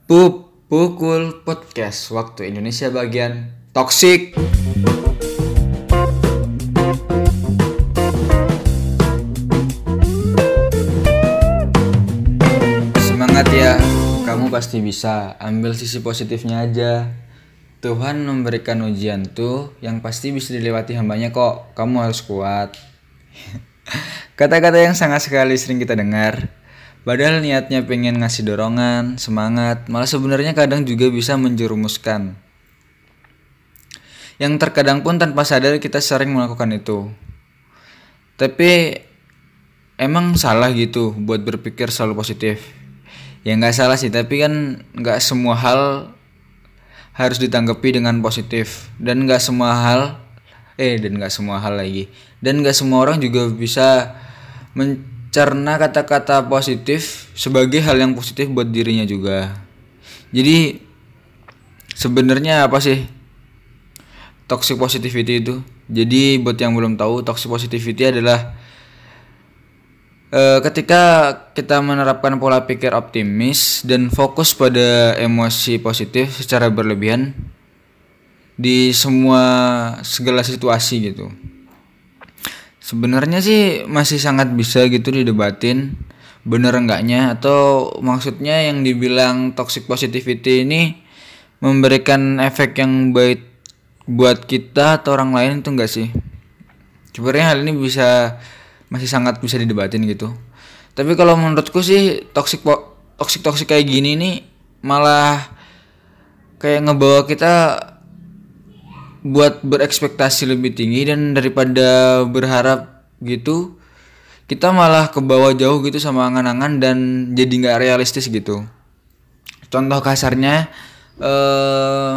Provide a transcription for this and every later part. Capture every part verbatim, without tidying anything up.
Pup Pukul Podcast waktu Indonesia bagian toksik. Semangat ya, kamu pasti bisa. Ambil sisi positifnya aja. Tuhan memberikan ujian tuh yang pasti bisa dilewati hambanya kok. Kamu harus kuat. Kata-kata yang sangat sekali sering kita dengar. Padahal niatnya pengen ngasih dorongan, semangat, malah sebenarnya kadang juga bisa menjerumuskan. Yang terkadang pun tanpa sadar kita sering melakukan itu. Tapi emang salah gitu buat berpikir selalu positif. Ya nggak salah sih, tapi kan nggak semua hal harus ditanggapi dengan positif. Dan nggak semua hal, eh dan nggak semua hal lagi. Dan nggak semua orang juga bisa men Karena kata-kata positif sebagai hal yang positif buat dirinya juga. Jadi sebenarnya apa sih toxic positivity itu? Jadi buat yang belum tahu, toxic positivity adalah e, ketika kita menerapkan pola pikir optimis dan fokus pada emosi positif secara berlebihan di semua segala situasi gitu. Sebenarnya sih masih sangat bisa gitu didebatin bener enggaknya, atau maksudnya yang dibilang toxic positivity ini memberikan efek yang baik buat kita atau orang lain itu enggak sih. Sebenarnya hal ini bisa masih sangat bisa didebatin gitu. Tapi kalau menurutku sih toxic toxic toxic kayak gini nih malah kayak ngebawa kita buat berekspektasi lebih tinggi, dan daripada berharap gitu kita malah ke bawah jauh gitu sama angan-angan dan jadi nggak realistis gitu. Contoh kasarnya eh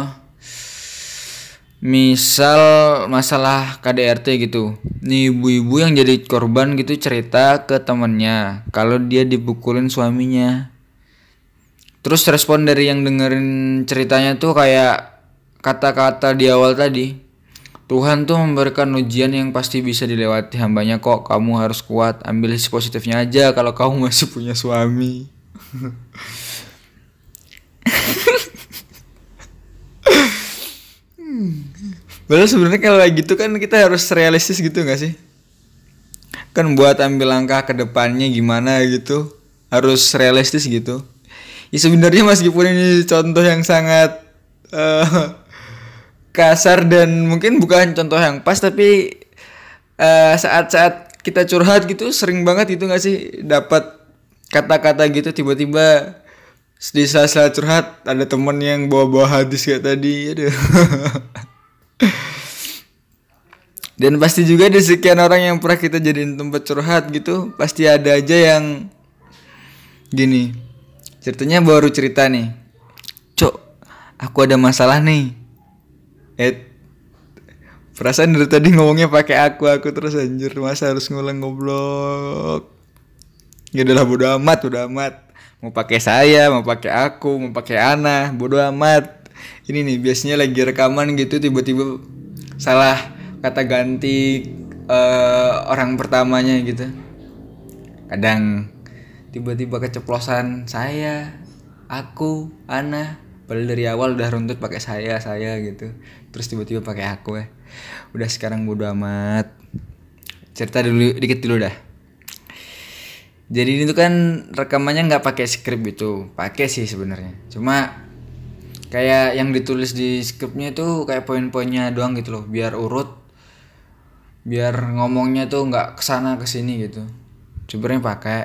misal masalah K D R T gitu. Nih ibu-ibu yang jadi korban gitu cerita ke temennya kalau dia dipukulin suaminya. Terus respon dari yang dengerin ceritanya tuh kayak kata-kata di awal tadi, Tuhan tuh memberikan ujian yang pasti bisa dilewati hambanya kok. Kamu harus kuat, ambil sisi positifnya aja kalau kamu masih punya suami. Padahal sebenarnya kalau kayak gitu kan kita harus realistis gitu gak sih? Kan buat ambil langkah ke depannya gimana gitu, harus realistis gitu. Ya sebenarnya meskipun ini contoh yang sangat uh, kasar dan mungkin bukan contoh yang pas, tapi uh, saat-saat kita curhat gitu sering banget itu nggak sih dapat kata-kata gitu tiba-tiba di sela-sela curhat ada temen yang bawa-bawa hadis kayak tadi, aduh. Dan pasti juga di sekian orang yang pernah kita jadiin tempat curhat gitu pasti ada aja yang gini, ceritanya baru cerita nih, Cok, aku ada masalah nih. Eh, perasaan dari tadi ngomongnya pakai aku aku terus, anjir, masa harus ngulang goblok. Ya udahlah, bodo amat, bodo amat. Mau pakai saya, mau pakai aku, mau pakai Ana, bodo amat. Ini nih biasanya lagi rekaman gitu tiba-tiba salah kata ganti uh, orang pertamanya gitu. Kadang tiba-tiba keceplosan saya, aku, Ana. Padahal dari awal udah runtut pakai saya, saya gitu. Terus tiba-tiba pakai aku ya. Udah sekarang bodo amat. Cerita dulu dikit dulu dah. Jadi ini tuh kan rekamannya nggak pakai skrip gitu. Pakai sih sebenarnya. Cuma kayak yang ditulis di skripnya itu kayak poin-poinnya doang gitu loh. Biar urut. Biar ngomongnya tuh nggak kesana kesini gitu. Sebenarnya pakai.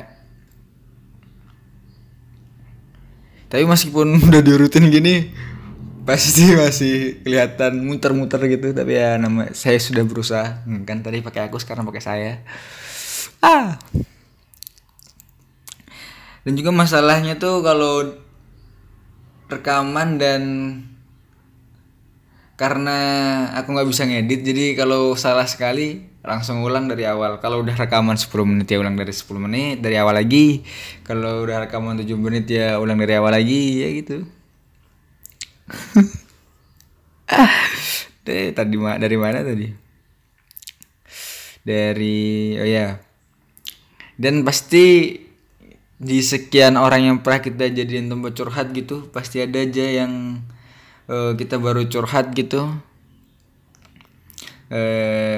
Tapi meskipun udah diurutin gini pasti masih kelihatan muter-muter gitu. Tapi ya nama saya sudah berusaha. Hmm, kan tadi pakai aku, sekarang pakai saya. Ah. Dan juga masalahnya tuh kalau rekaman dan karena aku nggak bisa ngedit, jadi kalau salah sekali langsung ulang dari awal. Kalau udah rekaman sepuluh menit ya ulang dari sepuluh menit dari awal lagi. Kalau udah rekaman tujuh menit ya ulang dari awal lagi, ya gitu. ah, deh tadi dari mana tadi? Dari oh ya. Dan pasti di sekian orang yang pernah kita jadiin tempat curhat gitu, pasti ada aja yang uh, kita baru curhat gitu, uh,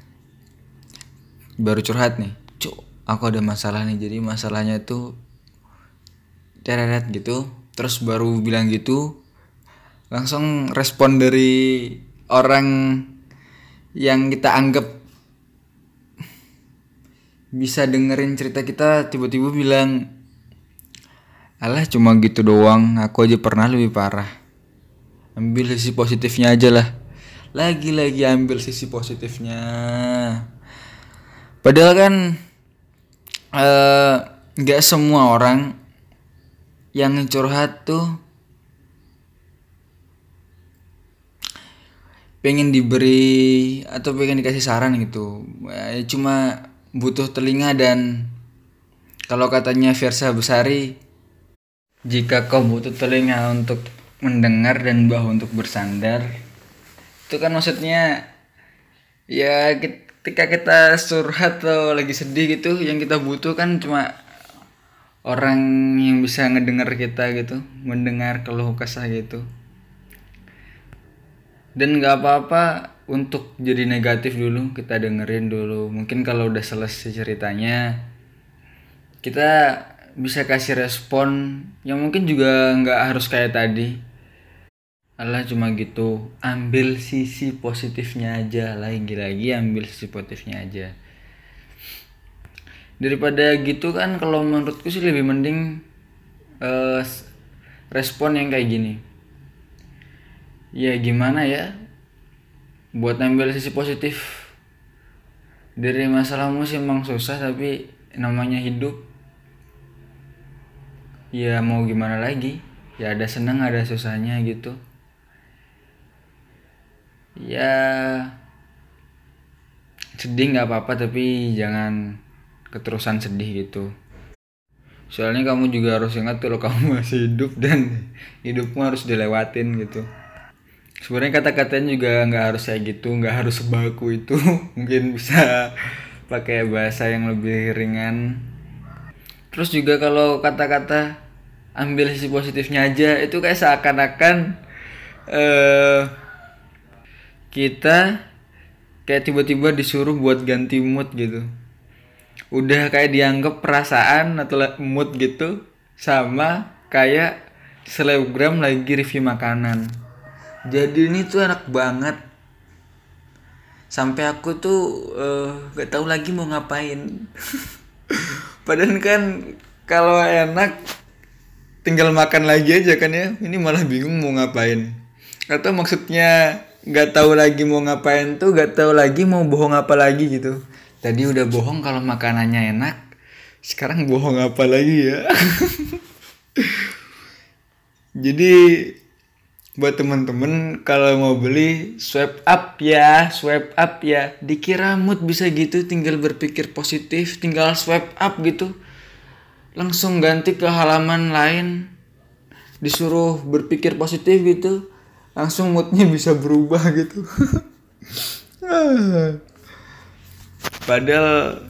baru curhat nih, cuk aku ada masalah nih, jadi masalahnya tuh teret gitu, terus baru bilang gitu, langsung respon dari orang yang kita anggap bisa dengerin cerita kita tiba-tiba bilang, alah cuma gitu doang, aku aja pernah lebih parah. Ambil sisi positifnya aja lah. Lagi-lagi ambil sisi positifnya. Padahal kan uh, gak semua orang yang curhat tuh pengen diberi atau pengen dikasih saran gitu. Ya, cuma butuh telinga, dan kalau katanya Fiersa Besari, jika kau butuh telinga untuk mendengar dan bahu untuk bersandar, itu kan maksudnya ya ketika kita curhat atau lagi sedih gitu, yang kita butuh kan cuma orang yang bisa ngedengar kita gitu, mendengar keluh kesah gitu. Dan gak apa-apa untuk jadi negatif dulu, kita dengerin dulu. Mungkin kalau udah selesai ceritanya, kita bisa kasih respon yang mungkin juga gak harus kayak tadi. Alah cuma gitu, ambil sisi positifnya aja. Lagi-lagi ambil sisi positifnya aja. Daripada gitu kan, kalau menurutku sih lebih mending uh, respon yang kayak gini. Ya gimana ya, buat ambil sisi positif dari masalahmu sih emang susah, tapi namanya hidup ya mau gimana lagi, ya ada senang ada susahnya gitu. Ya sedih gak apa-apa, tapi jangan keterusan sedih gitu. Soalnya kamu juga harus ingat kalau kamu masih hidup dan hidupmu harus dilewatin gitu. Sebenarnya kata-katanya juga nggak harus kayak gitu, nggak harus sebaku itu. Mungkin bisa pakai bahasa yang lebih ringan. Terus juga kalau kata-kata ambil sisi positifnya aja, itu kayak seakan-akan uh, kita kayak tiba-tiba disuruh buat ganti mood gitu. Udah kayak dianggap perasaan atau mood gitu, sama kayak selebgram lagi review makanan. Jadi ini tuh enak banget, sampai aku tuh uh, gak tahu lagi mau ngapain. Padahal kan kalau enak tinggal makan lagi aja kan ya. Ini malah bingung mau ngapain. Atau maksudnya gak tahu lagi mau ngapain tuh gak tahu lagi mau bohong apa lagi gitu. Tadi udah bohong kalau makanannya enak, sekarang bohong apa lagi ya. Jadi buat temen-temen kalau mau beli, swipe up ya, swipe up ya. Dikira mood bisa gitu, tinggal berpikir positif, tinggal swipe up gitu, langsung ganti ke halaman lain, disuruh berpikir positif gitu, langsung moodnya bisa berubah gitu. Padahal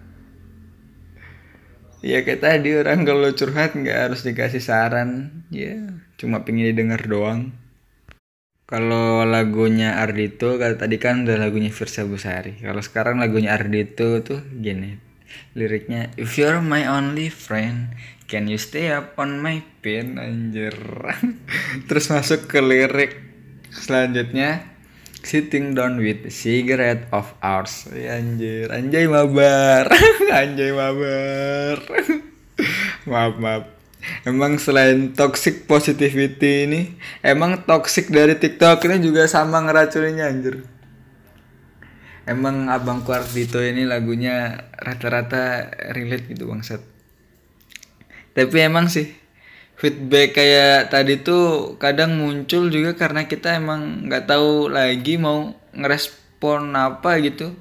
ya kayak tadi, orang kalau curhat nggak harus dikasih saran, ya cuma pengen didengar doang. Kalau lagunya Ardhito, kalau tadi kan udah lagunya Fiersa Besari. Kalau sekarang lagunya Ardhito tuh gini liriknya, if you're my only friend, can you stay up on my pen, anjir. Terus masuk ke lirik selanjutnya, sitting down with a cigarette of ours. Ya, anjir, anjay mabar. Anjay mabar. Maaf maaf. Emang selain toxic positivity ini, emang toxic dari TikTok ini juga sama ngeracuninnya, anjir. Emang abangku Ardhito ini lagunya rata-rata relate gitu bangsat. Tapi emang sih feedback kayak tadi tuh kadang muncul juga karena kita emang nggak tahu lagi mau ngerespon apa gitu.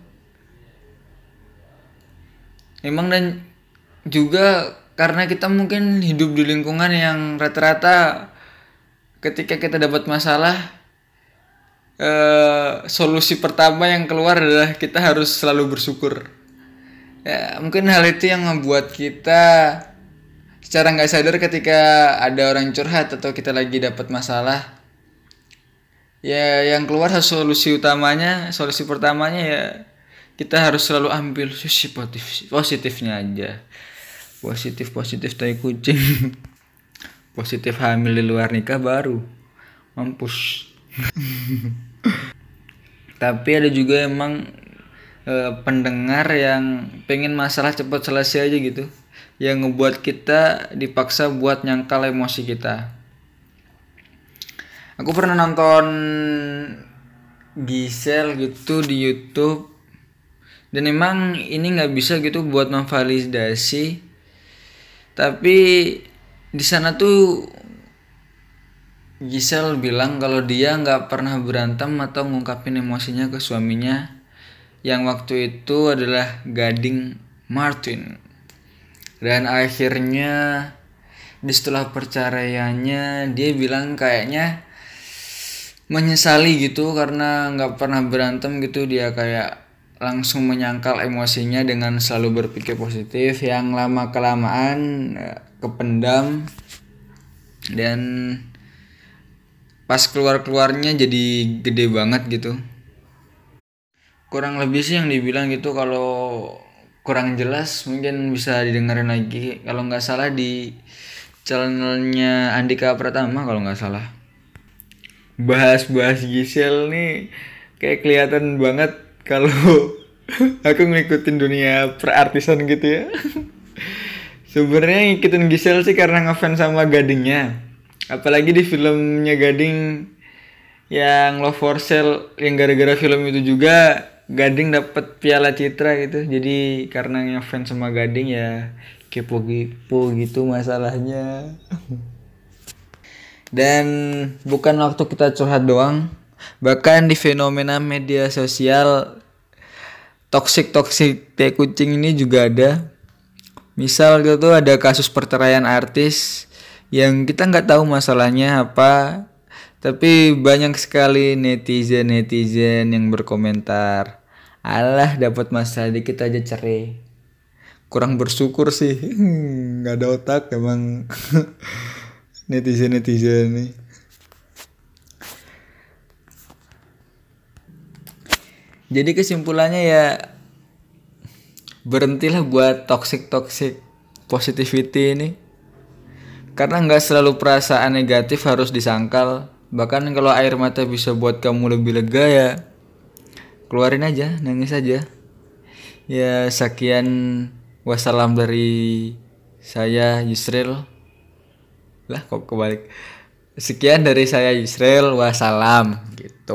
Emang dan juga karena kita mungkin hidup di lingkungan yang rata-rata ketika kita dapat masalah, eh, solusi pertama yang keluar adalah kita harus selalu bersyukur. Ya, mungkin hal itu yang membuat kita secara nggak sadar ketika ada orang curhat atau kita lagi dapat masalah, ya yang keluar solusi utamanya, solusi pertamanya ya kita harus selalu ambil sisi positif, positifnya aja. Positif positif tai kucing. Positif hamil di luar nikah baru mampus. Tapi ada juga emang eh, pendengar yang pengen masalah cepat selesai aja gitu, yang ngebuat kita dipaksa buat nyangkal emosi kita. Aku pernah nonton Gisel gitu di YouTube, dan emang ini nggak bisa gitu buat memvalidasi, tapi di sana tuh Gisel bilang kalau dia nggak pernah berantem atau ngungkapin emosinya ke suaminya yang waktu itu adalah Gading Martin. Dan akhirnya di setelah perceraiannya dia bilang kayaknya menyesali gitu karena nggak pernah berantem gitu. Dia kayak langsung menyangkal emosinya dengan selalu berpikir positif yang lama kelamaan kependam, dan pas keluar-keluarnya jadi gede banget gitu. Kurang lebih sih yang dibilang gitu. Kalau kurang jelas mungkin bisa didengarin lagi, kalau nggak salah di channelnya Andika Pratama kalau nggak salah. Bahas-bahas Gisel nih kayak kelihatan banget kalau aku ngikutin dunia perartisan gitu ya. Sebenarnya ngikutin Gisel sih karena ngefans sama Gadingnya. Apalagi di filmnya Gading yang Love for Sale, yang gara-gara film itu juga Gading dapat piala citra gitu. Jadi karena ngefans sama Gading ya kepo-kepo gitu masalahnya. Dan bukan waktu kita curhat doang, bahkan di fenomena media sosial toksik-toksik tai kucing ini juga ada. Misal gitu ada kasus perceraian artis yang kita nggak tahu masalahnya apa, tapi banyak sekali netizen-netizen yang berkomentar, alah dapat masalah dikit aja cerai. Kurang bersyukur sih, nggak ada otak emang netizen-netizen nih. Jadi kesimpulannya ya berhentilah buat toxic-toxic positivity ini, karena nggak selalu perasaan negatif harus disangkal. Bahkan kalau air mata bisa buat kamu lebih lega ya keluarin aja, nangis aja. Ya sekian, wassalam dari saya Yusril. Lah kok kebalik. Sekian dari saya Yusril, wassalam.